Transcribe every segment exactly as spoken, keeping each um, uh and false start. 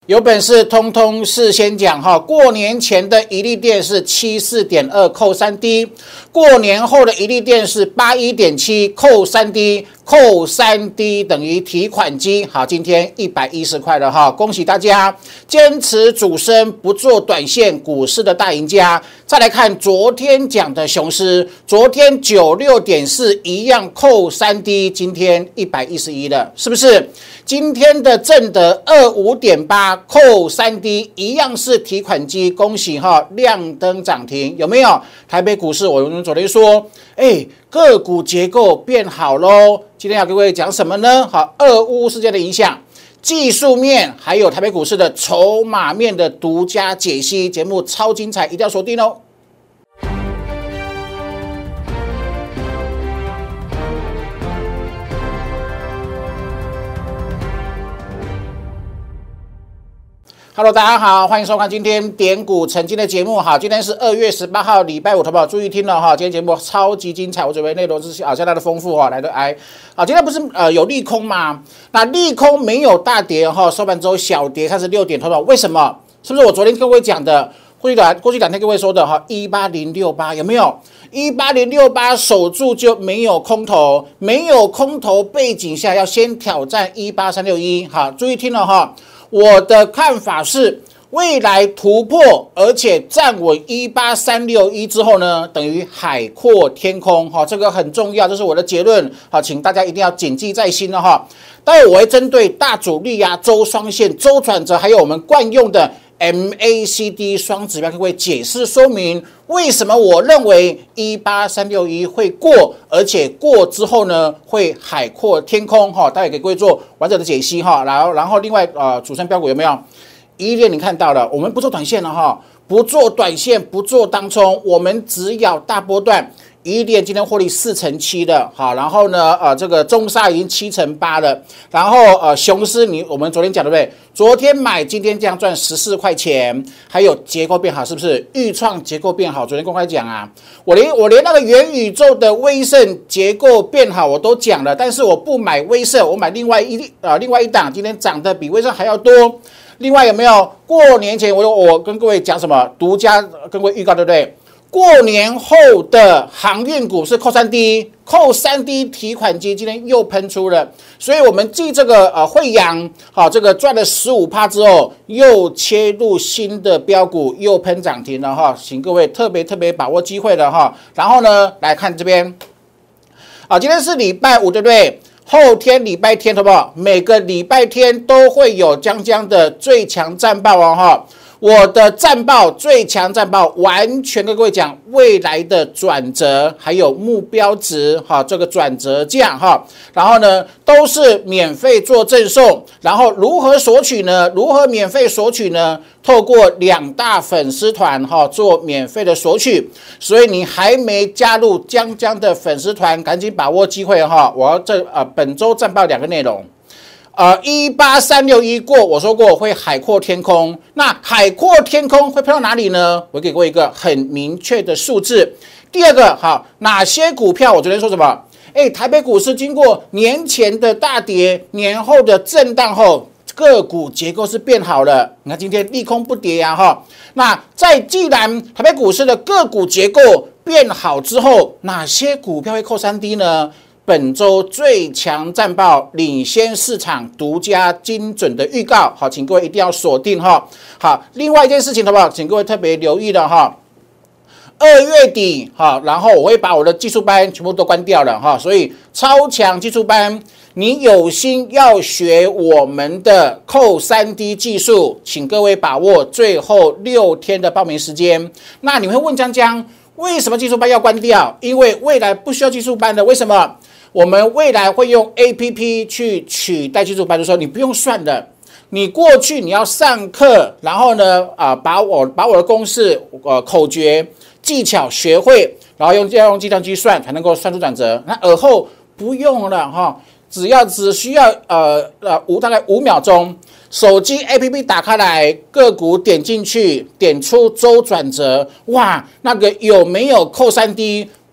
有本事通通事先讲哈，过年前的一利电是 七十四点二 扣 三 D， 过年后的一利电是 八十一点七 扣 三 D， 扣 三 D 等于提款机。好，今天一百一十块了哈，恭喜大家，坚持主升不做短线，股市的大赢家。再来看昨天讲的雄狮，昨天 九十六点四 一样扣 三 D， 今天一百一十一了，是不是？今天的正德 二十五点八 扣 三 D 一样是提款机，恭喜哈，亮灯涨停，有没有？台北股市我们昨天说，哎，个股结构变好咯，今天要跟各位讲什么呢？好，俄乌事件的影响，技术面，还有台北股市的筹码面的独家解析，节目超精彩，一定要锁定哦。Hello， 大家好，欢迎收看今天点股成金的节目。好，今天是二月十八号，礼拜五，投保注意听了哈。今天节目超级精彩，我准备内容是啊相当的丰富哈，来的来。好，今天不是呃有利空吗？那利空没有大跌哈，收盘之后小跌，开始六点投保，为什么？是不是我昨天跟各位讲的？过去两过去两天各位说的哈，一八零六八有没有？一八零六八守住就没有空头，没有空头背景下，要先挑战一八三六一。好，注意听了哈。我的看法是，未来突破而且站稳一八三六一之后呢，等于海阔天空哈，这个很重要，这是我的结论。好，请大家一定要谨记在心了哈。待会我会针对大主力啊、周双线、周转折，还有我们惯用的 M A C D 双指标，跟各位解释说明为什么我认为一八三六一会过，而且过之后呢会海阔天空哈。待会给各位做完整的解析哈。然后，然后另外呃，主升标股有没有？一列你看到了，我们不做短线了哈，不做短线，不做当冲，我们只咬大波段。一列今天获利四成七的，好，然后呢，呃，这个中沙已经七成八了，然后呃，雄狮你我们昨天讲对不对？昨天买，今天这样赚十四块钱，还有结构变好，是不是？预创结构变好，昨天公开讲啊，我连我连那个元宇宙的威盛结构变好我都讲了，但是我不买威盛，我买另外一呃另外一档，今天涨得比威盛还要多。另外有没有？过年前我我跟各位讲什么？独家跟各位预告对不对？过年后的航运股是扣 三 D， 扣 三 D 提款机今天又喷出了，所以我们继这个呃慧洋好这个赚了 百分之十五 之后，又切入新的标股，又喷涨停了哈，请各位特别特别把握机会了哈。然后呢，来看这边，啊，今天是礼拜五对不对？后天礼拜天好不好？每个礼拜天都会有江江的最强战报哦哈。我的战报最强战报完全跟各位讲未来的转折，还有目标值哈，这个转折价哈，然后呢都是免费做赠送，然后如何索取呢？如何免费索取呢？透过两大粉丝团哈做免费的索取，所以你还没加入江江的粉丝团，赶紧把握机会哈！我要这呃本周战报两个内容。呃，一八三六一过，我说过会海阔天空。那海阔天空会喷到哪里呢？我给过一个很明确的数字。第二个，好，哪些股票？我昨天说什么？哎，台北股市经过年前的大跌，年后的震荡后，个股结构是变好了。你看今天利空不跌啊，哈。那在既然台北股市的个股结构变好之后，哪些股票会扣 三 D 呢？本周最强战报领先市场独家精准的预告，好，请各位一定要锁定哈。好，另外一件事情好不好？请各位特别留意了哈。二月底哈，然后我会把我的技术班全部都关掉了哈，所以超强技术班，你有心要学我们的扣 三 D 技术，请各位把握最后六天的报名时间。那你会问江江，为什么技术班要关掉？因为未来不需要技术班的，为什么？我们未来会用 A P P 去取代技术班，就说你不用算的，你过去你要上课，然后呢，啊、呃，把我把我的公式、呃口诀、技巧学会，然后用要用计算机算才能够算出转折。那而后不用了哈，只要只需要呃呃五大概五秒钟，手机 A P P 打开来，个股点进去，点出周转折，哇，那个有没有扣 三 D？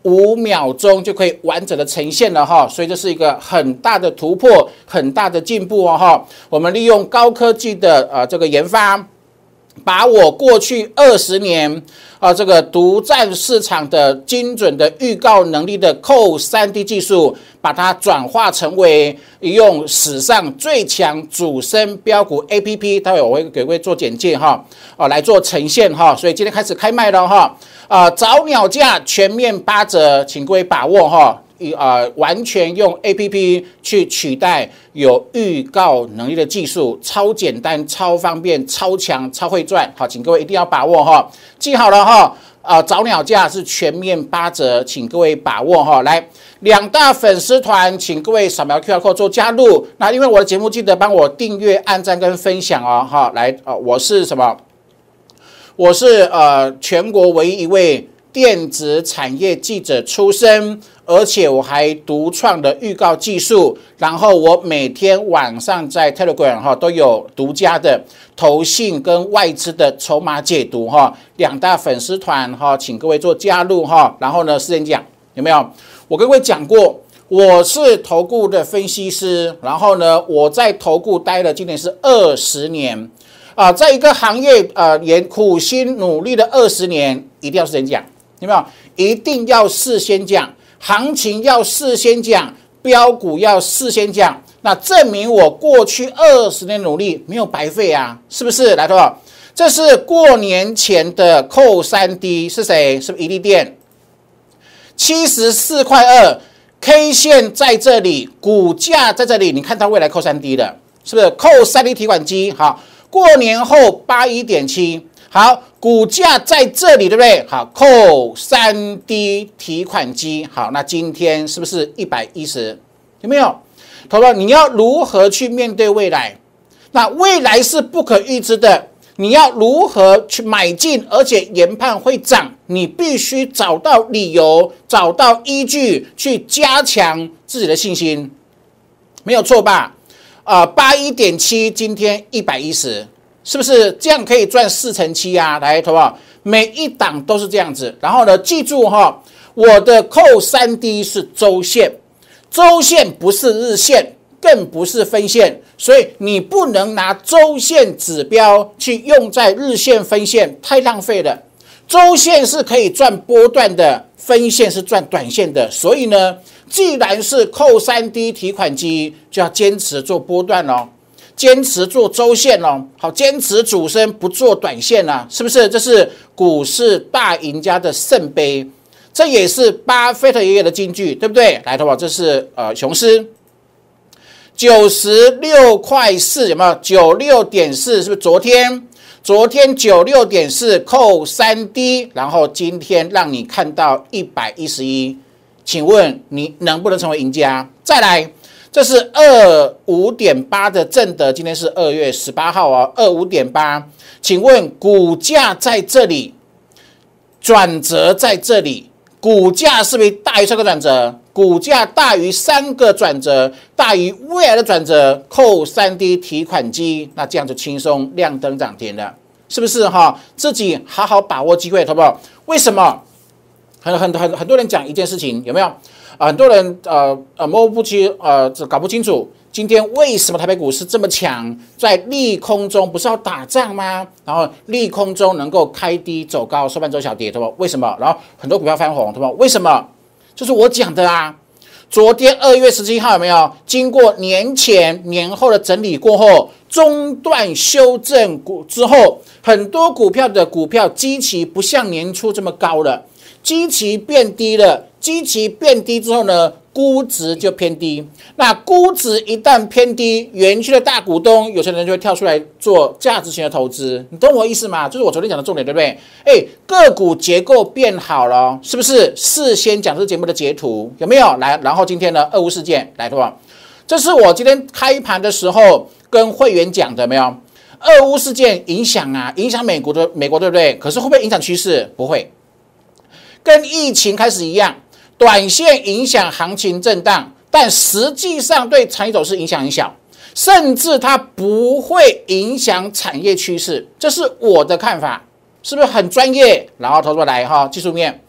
五秒钟就可以完整的呈现了哈，所以这是一个很大的突破，很大的进步哦哈。我们利用高科技的呃这个研发，把我过去二十年啊这个独占市场的精准的预告能力的 C O 三 D 技术，把它转化成为用史上最强主升标股 A P P， 待会我会给各位做简介哈，啊来做呈现哈。所以今天开始开卖了哈，啊早鸟价全面八折，请各位把握哈。呃，完全用 A P P 去取代有预告能力的技术，超简单、超方便、超强、超会赚。好，请各位一定要把握哈，记好了哈。啊、呃，早鸟价是全面八折，请各位把握哈。来，两大粉丝团，请各位扫描 Q R code 做加入。那因为我的节目，记得帮我订阅、按赞跟分享哦。哈，来，呃，我是什么？我是呃全国唯一一位电子产业记者出身。而且我还独创的预告技术，然后我每天晚上在 Telegram 哈都有独家的投信跟外资的筹码解读哈，两大粉丝团哈，请各位做加入哈。然后呢，事先讲有没有？我跟各位讲过，我是投顾的分析师，然后呢，我在投顾待了今年是二十年啊，在一个行业呃也苦心努力的二十年，一定要事先讲，有没有？一定要事先讲。行情要事先讲，标股要事先讲，那证明我过去二十年努力没有白费啊，是不是？来，同学，这是过年前的 C O 三 D 是谁？是不是一利电？七十四块二 ，K 线在这里，股价在这里，你看它未来 C O 三 D 的，是不是 C O 三 D 提款机？好，过年后 八十一点七。好，股价在这里，对不对？好 ，C O 三 D 提款机，好，那今天是不是一百一十？有没有？投资者，你要如何去面对未来？那未来是不可预知的，你要如何去买进，而且研判会涨？你必须找到理由，找到依据，去加强自己的信心，没有错吧？啊、呃，八一点七，今天一百一十。是不是这样可以赚四成七啊？来，投保每一档都是这样子。然后呢，记住哈，我的 C O 三 D 是周线，周线不是日线，更不是分线，所以你不能拿周线指标去用在日线、分线，太浪费了。周线是可以赚波段的，分线是赚短线的。所以呢，既然是 C O 三 D 提款机，就要坚持做波段哦。坚持做周线哦，好，坚持主升不做短线啊，是不是？这是股市大赢家的圣杯，这也是巴菲特爷爷的金句，对不对？来，投保，这是呃雄狮，九十六块四，有没有？九六点四，是不是？昨天，昨天九六点四 C O 三 D， 然后今天让你看到一百一十一，请问你能不能成为赢家？再来。这是二五点八的正德，今天是二月十八号啊，二五点八。请问股价在这里，转折在这里，股价是不是大于三个转折？股价大于三个转折，大于未来的转折 ，C O 三 D 提款机，那这样就轻松亮灯涨停了，是不是哈？自己好好把握机会，好不好？为什么？很很很很多人讲一件事情，有没有？啊，很多人呃呃摸不清呃搞不清楚，今天为什么台北股市这么强？在利空中不是要打仗吗？然后利空中能够开低走高，收盘走小跌，对吧？为什么？然后很多股票翻红，对吧？为什么？就是我讲的啊。昨天二月十七号有没有？经过年前年后的整理过后，中段修正股之后，很多股票的股票基期不像年初这么高了。基期变低了，基期变低之后呢，估值就偏低。那估值一旦偏低，园区的大股东有些人就会跳出来做价值型的投资，你懂我意思吗？就是我昨天讲的重点，对不对？哎，个股结构变好了，是不是？事先讲这节目的截图有没有？来，然后今天呢，俄乌事件来，对吧？这是我今天开盘的时候跟会员讲的，没有？俄乌事件影响啊，影响美国的美国，对不对？可是会不会影响趋势？不会。跟疫情开始一样，短线影响行情震荡，但实际上对产业走势影响很小，甚至它不会影响产业趋势，这是我的看法，是不是很专业？然后投资来哈，技术面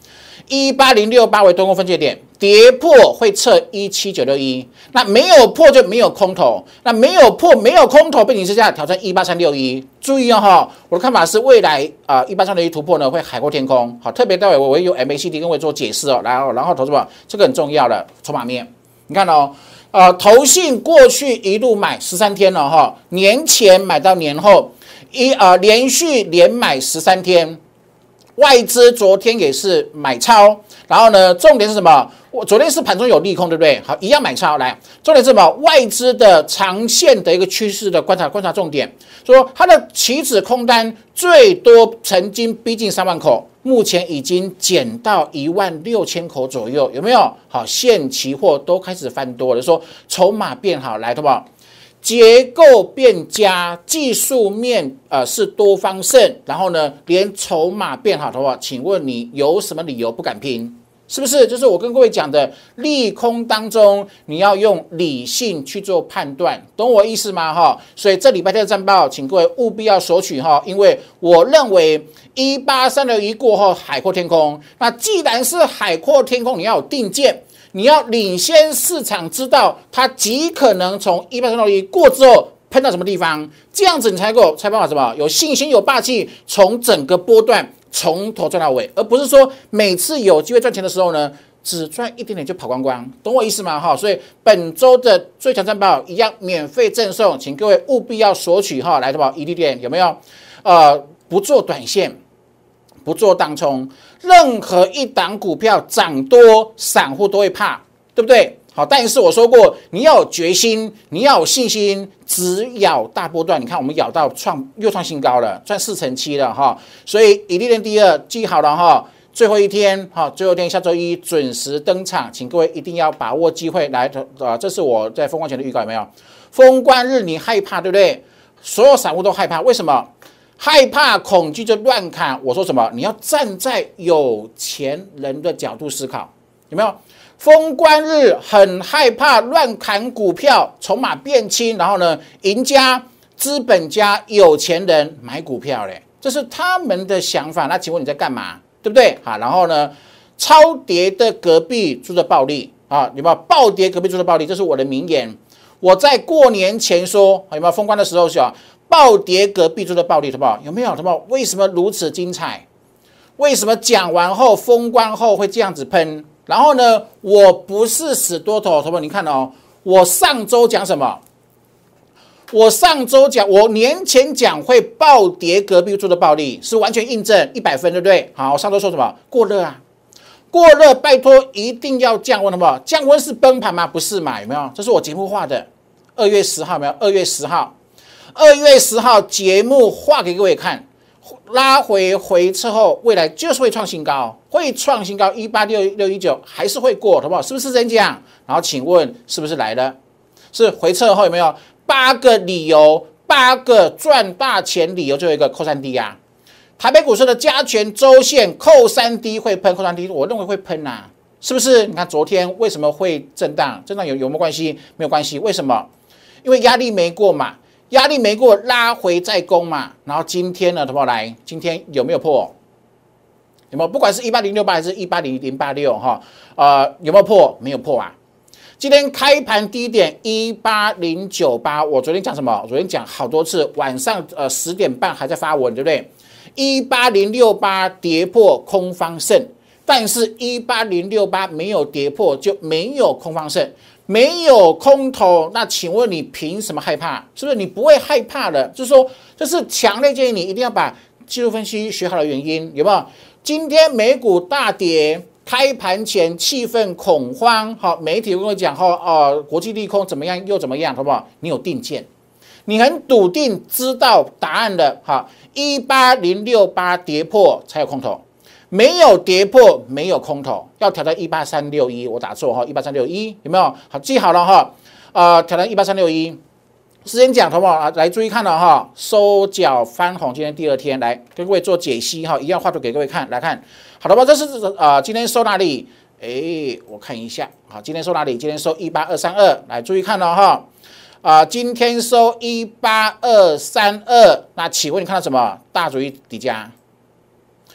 一八零六八为多空分界点，跌破会测一七九六一，那没有破就没有空头，那没有破没有空头背景之下挑战一八三六一，注意哦哈，我的看法是未来啊一八三六一突破呢会海阔天空，好，特别待会我会用 M A C D 跟位做解释哦，然后然后投资者这个很重要的筹码面，你看哦。呃，投信过去一路买十三天了哈，年前买到年后，一呃连续连买十三天，外资昨天也是买超，然后呢，重点是什么？我昨天是盘中有利空，对不对？好，一样买超来，重点是什么？外资的长线的一个趋势的观察观察重点，说它的期指空单最多曾经逼近三万口。目前已经减到一万六千口左右，有没有？好，现期货都开始翻多了，说筹码变好，来，好不好？结构变佳，技术面呃是多方胜，然后呢，连筹码变好的话，请问你有什么理由不敢拼？是不是？就是我跟各位讲的，利空当中你要用理性去做判断，懂我意思吗？哈，所以这礼拜天的战报，请各位务必要索取哈，因为我认为一八三六一过后海阔天空。那既然是海阔天空，你要有定见，你要领先市场，知道它极可能从一八三六一过之后喷到什么地方，这样子你才够才办法什么有信心有霸气，从整个波段。从头赚到尾，而不是说每次有机会赚钱的时候呢，只赚一点点就跑光光，懂我意思吗？哈，所以本周的最强战报一样免费赠送，请各位务必要索取哈，来的吧，一利店有没有？呃，不做短线，不做当冲，任何一档股票涨多，散户都会怕，对不对？好，但是我说过，你要有决心，你要有信心，只咬大波段。你看，我们咬到创又创新高了，赚四成七了哈。所以以利店第二记好了哈，最后一天哈，最后一天下周一准时登场，请各位一定要把握机会来啊！这是我在封关前的预告，有没有？封关日你害怕对不对？所有散户都害怕，为什么？害怕恐惧就乱砍。我说什么？你要站在有钱人的角度思考，有没有？封关日很害怕乱砍股票，筹码变轻，然后呢，赢家、资本家、有钱人买股票嘞，这是他们的想法。那请问你在干嘛？对不对？好，然后呢，超跌的隔壁住着暴利啊，有没有？暴跌隔壁住着暴利，这是我的名言。我在过年前说，有没有？封关的时候说，暴跌隔壁住着暴利，好不好？有没有？好不好？为什么如此精彩？为什么讲完后封关后会这样子喷？然后呢，我不是死多头，同学们，你看哦，我上周讲什么？我上周讲，我年前讲会暴跌，隔壁做的暴利是完全印证一百分，对不对？好，我上周说什么？过热啊，过热，拜托一定要降温，好不好？降温是崩盘吗？不是嘛？有没有？这是我节目画的，二月十号有没有？二月十号，二月十号节目画给各位看。拉回回撤后，未来就是会创新高，会创新高一八六六一九还是会过，好不好？是不是这样？然后请问是不是来了？是回撤后有没有八个理由？八个赚大钱理由，就有一个扣三 D 啊。台北股市的加权周线扣三 D 会喷，扣三 D 我认为会喷啊，是不是？你看昨天为什么会震荡？震荡有有没有关系？没有关系，为什么？因为压力没过嘛。压力没过，拉回再攻嘛。然后今天呢，怎么来？今天有没有破？有没有？不管是一八零六八还是一八零零八六哈，呃，有没有破？没有破啊。今天开盘低点一八零九八，我昨天讲什么？我昨天讲好多次，晚上呃十点半还在发文，对不对？一八零六八跌破空方胜，但是一八零六八没有跌破，就没有空方胜。没有空头，那请问你凭什么害怕？是不是你不会害怕的？就是说，这是强烈建议你一定要把技术分析学好的原因，有没有？今天美股大跌，开盘前气氛恐慌，好，媒体跟我讲后，哦，国际利空怎么样又怎么样，好不好？你有定见，你很笃定知道答案的，好，一八零六八跌破才有空头。没有跌破，没有空头，要挑战一八三六一，我打错哈，一八三六一有没有？好，记好了哈，呃，挑战一八三六一。时间讲，好不好？来注意看了哈，收脚翻红，今天第二天，来跟各位做解析哈，一样画图给各位看，来看，好的吧？这是呃，今天收哪里？哎，我看一下，好，今天收哪里？今天收一八二三二，来注意看了哈，啊、呃，今天收一八二三二，那请问你看到什么？大主义底价。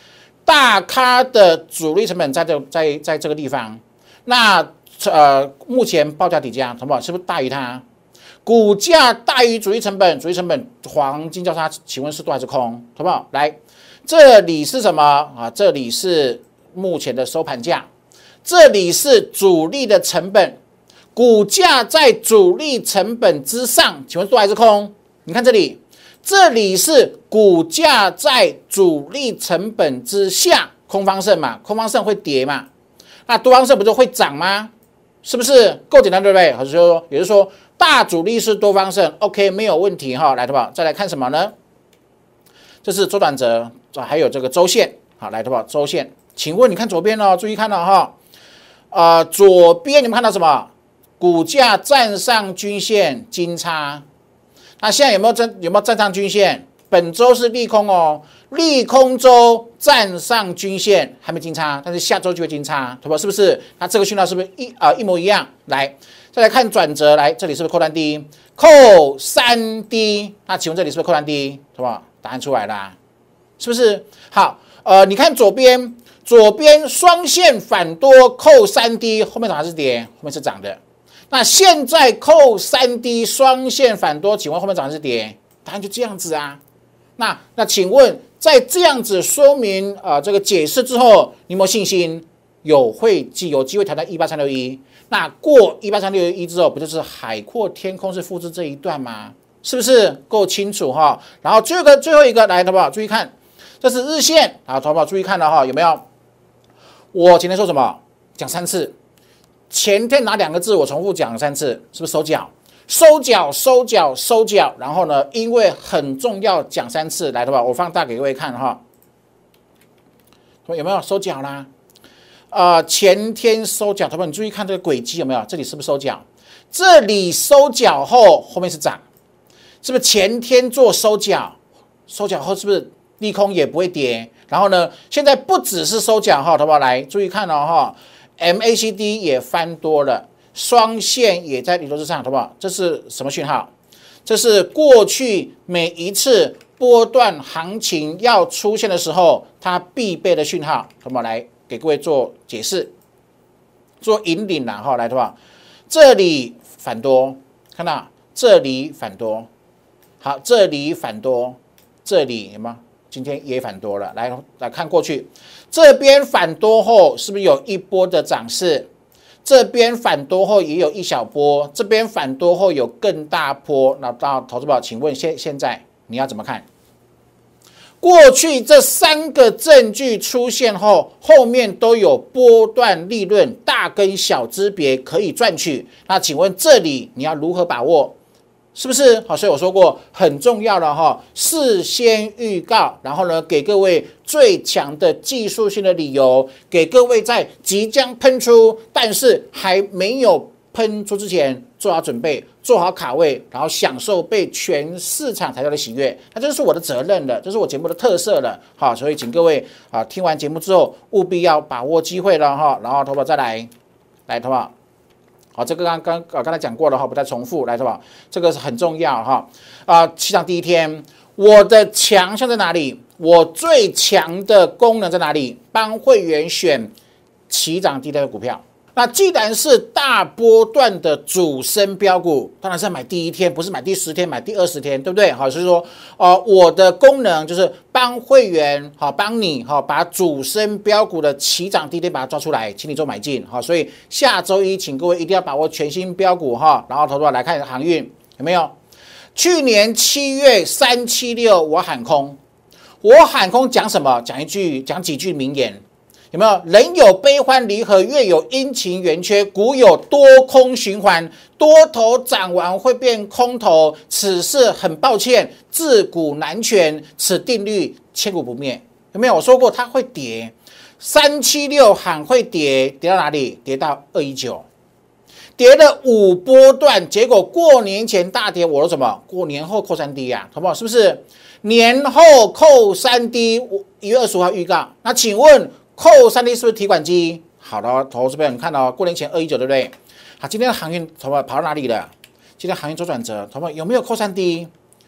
大咖的主力成本在这在在这个地方，那呃目前报价底价，同不好？是不是大于它？股价大于主力成本，主力成本黄金交叉，请问是多还是空？好不好？来，这里是什么啊？这里是目前的收盘价，这里是主力的成本，股价在主力成本之上，请问多还是空？你看这里，这里是股价在主力成本之下，空方胜嘛，空方胜会跌嘛，那多方胜不就会涨吗？是不是够简单，对不对？还是说，也就是说，大主力是多方胜 ，OK， 没有问题哈。来，好不好？再来看什么呢？这是周转折，还有这个周线，好，来，好不好？周线，请问你看左边哦，注意看到哈，呃，左边你们看到什么？股价站上均线金叉，那现在有没有站有没有站上均线？本周是利空哦，利空周站上均线还没金叉，但是下周就会金叉，对吧？是不是？那这个讯号是不是一啊、呃、一模一样？来，再来看转折，来这里是不是扣单低？扣三低，那请问这里是不是扣单低？是吧？答案出来啦，是不是？好，呃，你看左边，左边双线反多扣三低，后面涨还是跌？后面是涨的。那现在扣三低双线反多，请问后面涨还是跌？答案就这样子啊。那那请问，在这样子说明啊、呃、这个解释之后，你有没有信心？有会有机会挑战一八三六一？那过一八三六一之后，不就是海阔天空是复制这一段吗？是不是够清楚哈？然后最后一个最后一个来，好不好？注意看，这是日线啊，好不好？注意看了哈，有没有？我今天说什么？讲三次。前天哪两个字我重复讲三次？是不是收脚？收脚，收脚，收脚，然后呢？因为很重要，讲三次，来，对吧？我放大给各位看哈，有没有收脚啦？呃，前天收脚，同学们，你注意看这个轨迹有没有？这里是不是收脚？这里收脚后，后面是涨，是不是前天做收脚？收脚后是不是利空也不会跌？然后呢？现在不只是收脚哈，同学们来注意看哦哈 ，M A C D 也翻多了。双线也在理论之上，好不好？这是什么讯号？这是过去每一次波段行情要出现的时候，它必备的讯号。好不好？来给各位做解释，做引领啦，哈，来，好不好？这里反多，看到这里反多，好，这里反多，这里有吗？今天也反多了，来来看过去，这边反多后，是不是有一波的涨势？这边反多后也有一小波，这边反多后有更大波。那到投资宝，请问现现在你要怎么看？过去这三个证据出现后，后面都有波段利润大跟小之别可以赚取。那请问这里你要如何把握？是不是？好，所以我说过很重要的哈，事先预告，然后呢，给各位最强的技术性的理由，给各位在即将喷出，但是还没有喷出之前做好准备，做好卡位，然后享受被全市场抬头的喜悦。那这是我的责任了，这是我节目的特色了。好，所以请各位啊，听完节目之后务必要把握机会了哈，然后投保再来，来投保。好，这个刚刚呃刚才讲过了哈，不再重复，来是吧？这个是很重要哈。啊、呃，起涨第一天，我的强项在哪里？我最强的功能在哪里？帮会员选起涨第一天的股票。那既然是大波段的主升标股，当然是要买第一天，不是买第十天，买第二十天，对不对？好，所以说，呃，我的功能就是帮会员，好，帮你，好，把主升标股的起涨第一天把它抓出来，请你做买进，好，所以下周一，请各位一定要把握全新标股哈，然后投资来看航运有没有？去年七月三七六我喊空，我喊空讲什么？讲一句，讲几句名言。有没有？人有悲欢离合，月有阴晴圆缺，股有多空循环，多头涨完会变空头，此事很抱歉，自古难全，此定律千古不灭。有没有？我说过它会跌，三七六喊会跌，跌到哪里？跌到二一九，跌了五波段，结果过年前大跌，我说什么？过年后扣三 D 呀、啊，好不好？是不是？年后扣三 D， 我一月二十五号预告，那请问？扣三 D 是不是提款机？好的，投资朋友，你看到过年前二一九对不对？好，今天的航运投跑到哪里了？今天航运周转折，投资有没有扣三 D？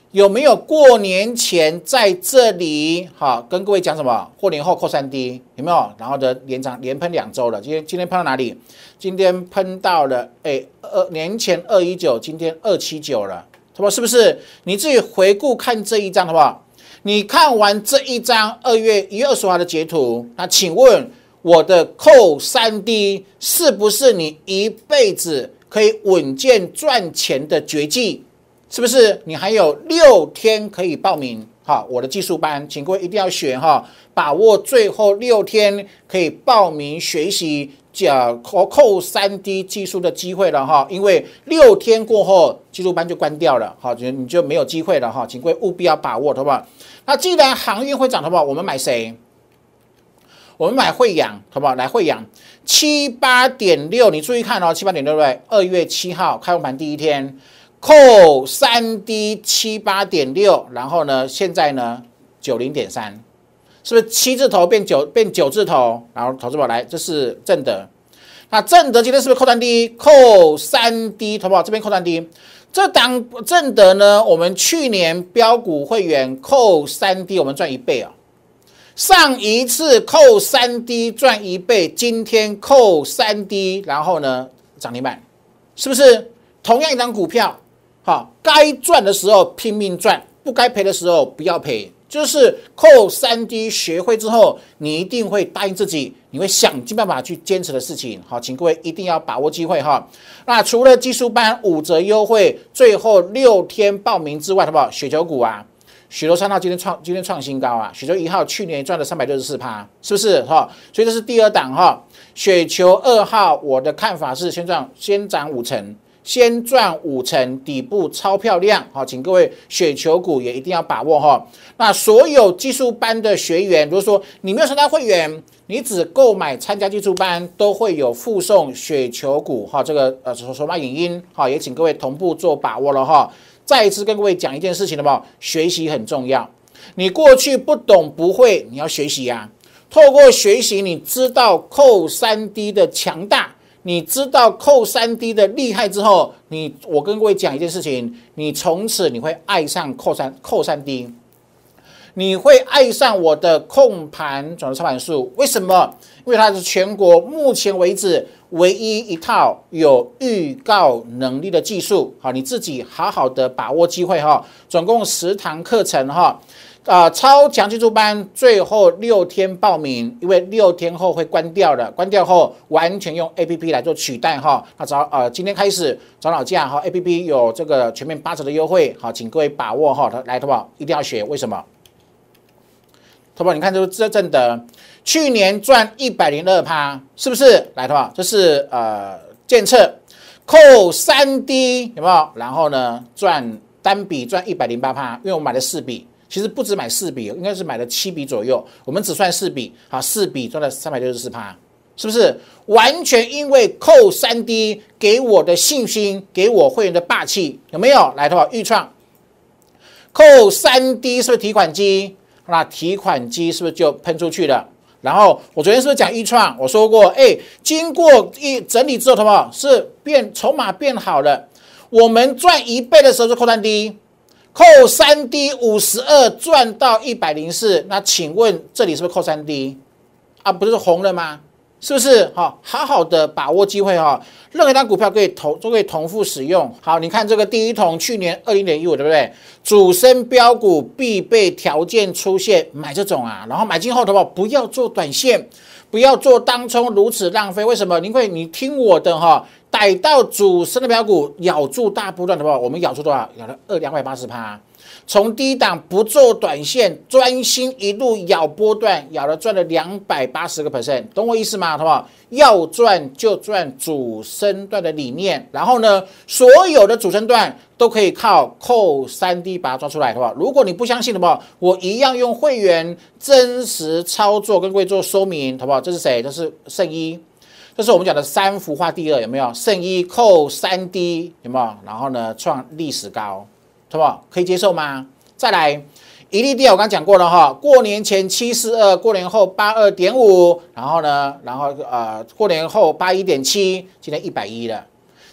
有没有过年前在这里好跟各位讲什么？过年后扣三 D 有没有？然后的连涨连喷两周了，今天今天喷到哪里？今天喷到了哎二年前二一九，今天二七九了，好不好？是不是？你自己回顾看这一张好不好？你看完这一张二月一月二十号的截图，那请问我的扣三 D 是不是你一辈子可以稳健赚钱的绝技？是不是？你还有六天可以报名？好，我的技术班，请各位一定要学哈，把握最后六天可以报名学习讲扣三 D 技术的机会了哈，因为六天过后技术班就关掉了，好，你就没有机会了哈，请各位务必要把握，好不好？那既然航运会涨，好不好？我们买谁？我们买慧洋，好不好？来慧洋七八点六，你注意看哦，七八点六对不对？二月七号开红盘第一天。扣三 D 七八点六，然后呢，现在呢九零点三，是不是七字头变九变九字头？然后投资宝来，这是正德，那正德今天是不是扣三 D？ 扣三 D， 投资宝这边扣三 D， 这档正德呢，我们去年标股会员扣三 D， 我们赚一倍啊、哦。上一次扣三 D 赚一倍，今天扣三 D， 然后呢涨停板，是不是？同样一张股票。好，该赚的时候拼命赚，不该赔的时候不要赔。就是扣三 D 学会之后，你一定会答应自己，你会想尽办法去坚持的事情。好，请各位一定要把握机会哈。那除了技术班五折优惠，最后六天报名之外，好不好？雪球股啊，雪球三号今天创今天创新高啊，雪球一号去年赚了三百六十四趴，是不是哈？所以这是第二档哈。雪球二号，我的看法是先涨先涨五成。先赚五成，底部超漂亮，好，请各位雪球股也一定要把握哈。那所有技术班的学员，如果说你没有参加会员，你只购买参加技术班，都会有附送雪球股哈，这个呃筹码影音哈，也请各位同步做把握了哈。再一次跟各位讲一件事情，好不好？学习很重要，你过去不懂不会，你要学习啊。透过学习，你知道扣三 D 的强大。你知道扣三 D 的厉害之后，你我跟各位讲一件事情，你从此你会爱上扣三扣三 D， 你会爱上我的控盘转折操盘术。为什么？因为它是全国目前为止唯一一套有预告能力的技术。好，你自己好好的把握机会哈。总共十堂课程哈。呃，超强技术班最后六天报名，因为六天后会关掉的，关掉后完全用 A P P 来做取代哈。那找呃今天开始找老价哈 ，A P P 有这个全面八折的优惠，好，请各位把握哈。来，好不好？一定要学，为什么？好不好？你看这这正的，去年赚一百零二趴，是不是？来，好不好？这是呃监测扣三 D 有没有？然后呢赚单笔赚一百零八趴，因为我买了四笔。其实不止买四笔，应该是买了七笔左右。我们只算四笔，好，四笔赚了三百六十四趴，是不是？完全因为扣三 D 给我的信心，给我会员的霸气，有没有？来的话，预创扣三 D 是不是提款机？那提款机是不是就喷出去了？然后我昨天是不是讲预创？我说过，哎，经过一整理之后，好不好？是变筹码变好了。我们赚一倍的时候就扣三 D。扣三 D 五十二赚到一百零四，那请问这里是不是扣三 D 啊？不是红了吗？是不是？好，好好的把握机会哈，任何一张股票可以投都可以重复使用。好，你看这个第一桶去年二零点一五，对不对？主升标股必备条件出现，买这种啊，然后买进后的话不要做短线，不要做当冲，如此浪费。为什么？因为你听我的哈。逮到主升的标股，咬住大波段的话，我们咬出多少？咬了二两百八十趴。从低档不做短线，专心一路咬波段，咬了赚了两百八十个 percent， 懂我意思吗？好不好？要赚就赚主升段的理念，然后呢，所有的主升段都可以靠扣三 D 把它抓出来，好不好？如果你不相信的话，我一样用会员真实操作跟各位做说明，好不好？这是谁？这是圣一。这是我们讲的三幅画第二，有没有？圣一扣三 D 有没有？然后呢，创历史高，好不好？可以接受吗？再来，一利电我刚刚讲过了哈，过年前七四二，过年后八二点五，然后呢，然后呃，过年后八一点七，今天一百一了。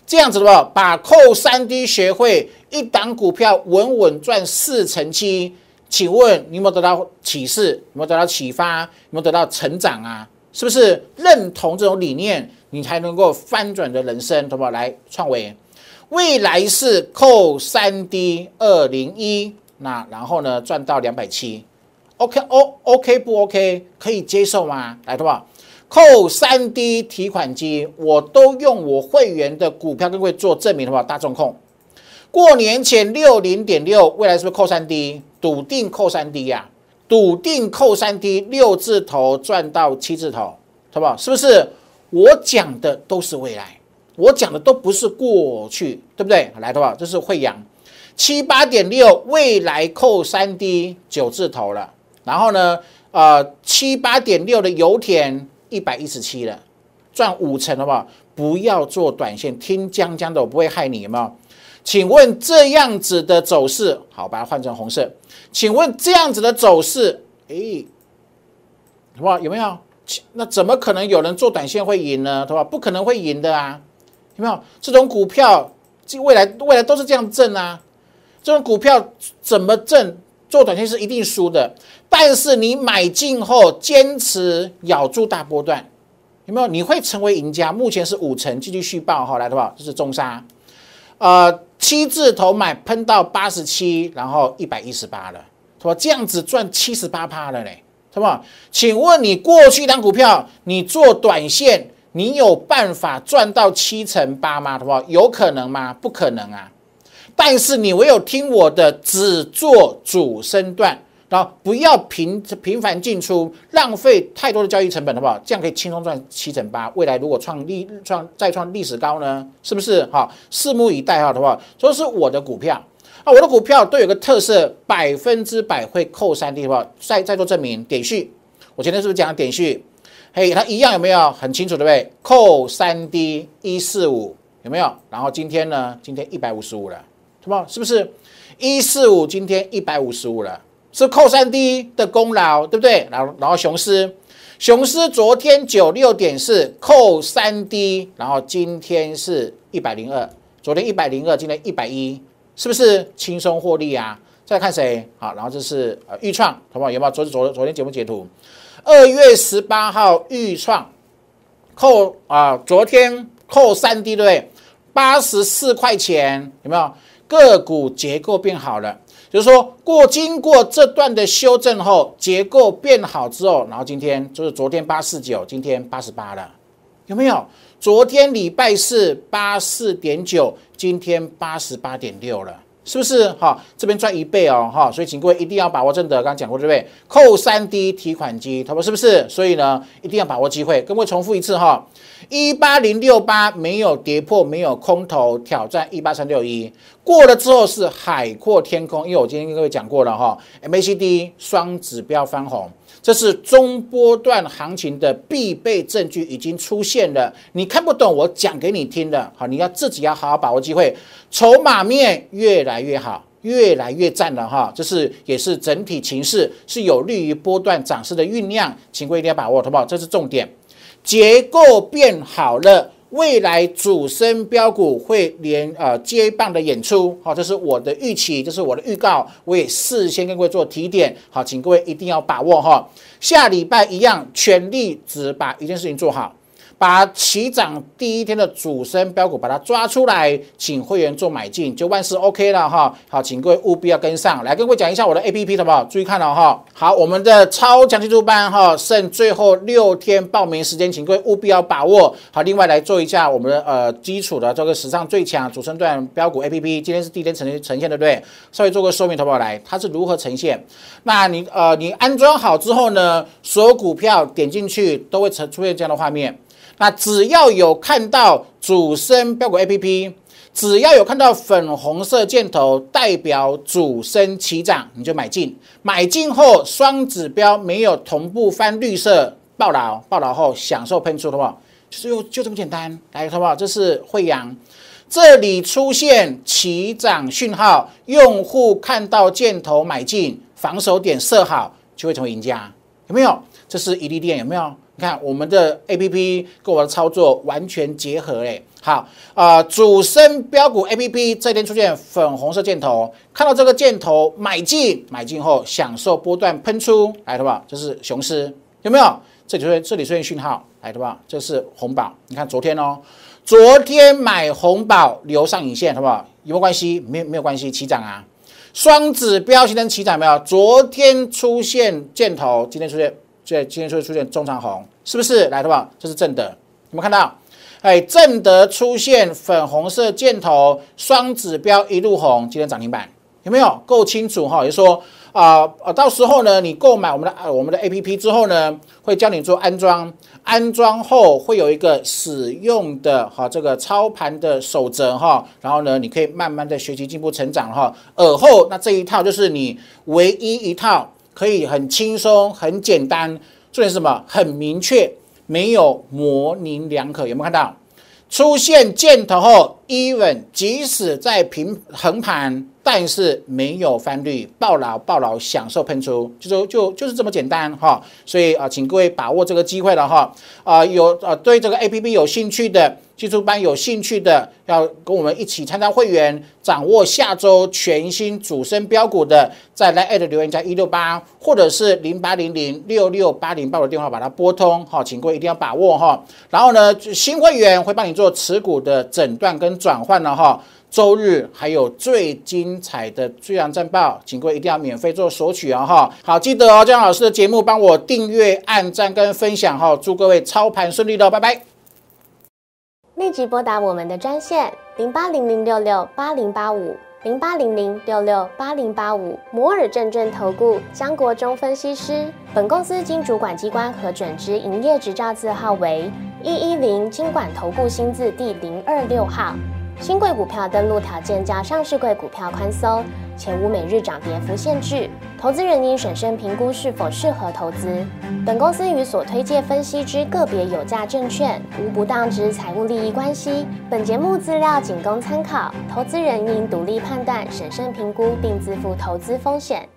这样子的话，把扣三 D 学会一档股票稳稳赚四成七，请问你有没有得到启示？有没有得到启发？有没有得到成长啊？是不是认同这种理念，你才能够翻转的人生，好不好？来创维，未来是扣三 D 二零一，那然后呢赚到两百七十。OK O OK 不 OK 可以接受吗？来，好不好？扣三 D 提款机，我都用我会员的股票跟各位做证明，好不好？大众控过年前六零点六，未来是不是扣三 D？ 笃定扣三 D 呀、啊，笃定扣三 D， 六字头赚到七字头，好不好？是不是？我讲的都是未来，我讲的都不是过去，对不对？来，好不好？这是慧洋七八点六，未来扣三 D 九字头了。然后呢，呃，七八点六的油田一百一十七了，赚五成，好不好？不要做短线，听江江的，我不会害你，有没有？请问这样子的走势，好，把它换成红色。请问这样子的走势，诶，好不好？有没有？那怎么可能有人做短线会赢呢？对吧？不可能会赢的啊，有没有？这种股票，未来未来都是这样挣啊，这种股票怎么挣？做短线是一定输的，但是你买进后坚持咬住大波段，有没有？你会成为赢家。目前是五成，继续续报哈，来的话，这是中沙，呃，七字头买喷到八十七，然后一百一十八了，是吧？这样子赚七十八趴了嘞，是吧？请问你过去一档股票，你做短线，你有办法赚到七成八吗？好不好？有可能吗？不可能啊。但是你唯有听我的，只做主升段，然后不要频频繁进出，浪费太多的交易成本，好不好？这样可以轻松赚七成八。未来如果创历创再创历史高呢，是不是？好，拭目以待，好不好？这是我的股票啊，我的股票都有个特色，百分之百会扣三 D， 好不好？再再做证明，点序，我前天是不是讲点序？嘿，它一样有没有很清楚，对不对？扣三 D 一四五有没有？然后今天呢？今天一百五十五了。是不是一四五今天一百五十五了？是扣三 D 的功劳，对不对？然后，然后雄狮，雄狮昨天九六点四扣三 D， 然后今天是一百零二，昨天一百零二，今天一百一，是不是轻松获利啊？再来看谁？好，然后这是呃豫创，好不好？有没有？昨昨昨天节目截图，二月十八号豫创扣啊、呃，昨天扣三 D 对不对？八十四块钱，有没有？个股结构变好了，就是说过经过这段的修正后，结构变好之后，然后今天就是昨天八四九，今天八十八了，有没有？昨天礼拜四八四点九，今天八十八点六了，是不是？哈，这边赚一倍哦，哈，所以请各位一定要把握真的，刚刚讲过对不对？扣三 D 提款机，他说是不是？所以呢，一定要把握机会。跟各位重复一次哈。一八零六八没有跌破，没有空头挑战一八三六一，过了之后是海阔天空。因为我今天跟各位讲过了哈 ，M A C D 双指标翻红，这是中波段行情的必备证据，已经出现了。你看不懂，我讲给你听的，好，你要自己要好好把握机会。筹码面越来越好，越来越赞了哈，这是也是整体情势是有利于波段涨势的酝酿，请各位一定要把握，好不好？这是重点。结构变好了，未来主升标股会连呃接棒的演出，好，这是我的预期，这是我的预告，我也事先跟各位做提点，好，请各位一定要把握哈。下礼拜一样，全力只把一件事情做好，把起涨第一天的主升标股把它抓出来，请会员做买进，就万事 OK 了哈。好，请各位务必要跟上来，跟各位讲一下我的 A P P 好不好？注意看了哈。好，我们的超强技术班哈，剩最后六天报名时间，请各位务必要把握。好，另外来做一下我们的呃基础的这个史上最强主升段标股 A P P， 今天是第一天呈呈现，对不对？稍微做个说明，好不好？来，它是如何呈现？那你呃你安装好之后呢，所有股票点进去都会出现这样的画面。那只要有看到主升标股 A P P， 只要有看到粉红色箭头，代表主升起涨，你就买进。买进后双指标没有同步翻绿色，报牢，报牢后享受喷出，好不好？就是就就这么简单，来，好不好？这是慧洋，这里出现起涨讯号，用户看到箭头买进，防守点设好，就会成为赢家，有没有？这是一利电，有没有？ 你看我们的 A P P 跟我的操作完全结合嘞。好，啊、呃，主升标股 A P P 这天出现粉红色箭头，看到这个箭头买进，买进后享受波段喷出，来的吧？这是雄狮，有没有？这里出现，这里出现讯号，来的吧？这是红宝，你看昨天哦，昨天买红宝留上影线，好不好？有没有关系？没有没有关系，起涨啊！双指标形成起涨没有？昨天出现箭头，今天出现，这今天就会出现中长红，是不是？来的吧？这是正的，有没有看到？哎，正德出现粉红色箭头，双指标一路红，今天涨停板，有没有？够清楚哈？也就是说啊呃、啊，到时候呢，你购买我们的、呃、我们的 A P P 之后呢，会教你做安装，安装后会有一个使用的哈这个操盘的守则哈，然后呢，你可以慢慢的学习进步成长哈。尔后那这一套就是你唯一一套可以很轻松、很简单，重点是什么？很明确。没有模棱两可，有没有看到？出现箭头后 ，even 即使在平横盘，但是没有翻绿，抱牢抱牢，享受喷出，就就就是这么简单哈。所以啊，请各位把握这个机会了哈。啊，有啊对这个 A P P 有兴趣的，技术班有兴趣的，要跟我们一起参加会员，掌握下周全新主升标股的，再来 at 留言加一六八，或者是零八零零六六八零八的电话把它拨通哈，请各位一定要把握哈。然后呢，新会员会帮你做持股的诊断跟转换了哈。周日还有最精彩的最阳战报，请各位一定要免费做索取啊哈！好，记得哦，姜老师的节目帮我订阅、按赞跟分享哈，祝各位操盘顺利的，拜拜！ 立即拨打我们的专线零八零零六六八零八五零八零零六六八零八五摩尔证券投顾江国忠分析师。本公司经主管机关核准之营业执照字号为一一零金管投顾新字第零二六号。新贵股票登录条件较上市柜股票宽松，且无每日涨跌幅限制。投资人应审慎评估是否适合投资。本公司与所推介分析之个别有价证券无不当之财务利益关系。本节目资料仅供参考，投资人应独立判断、审慎评估，并自负投资风险。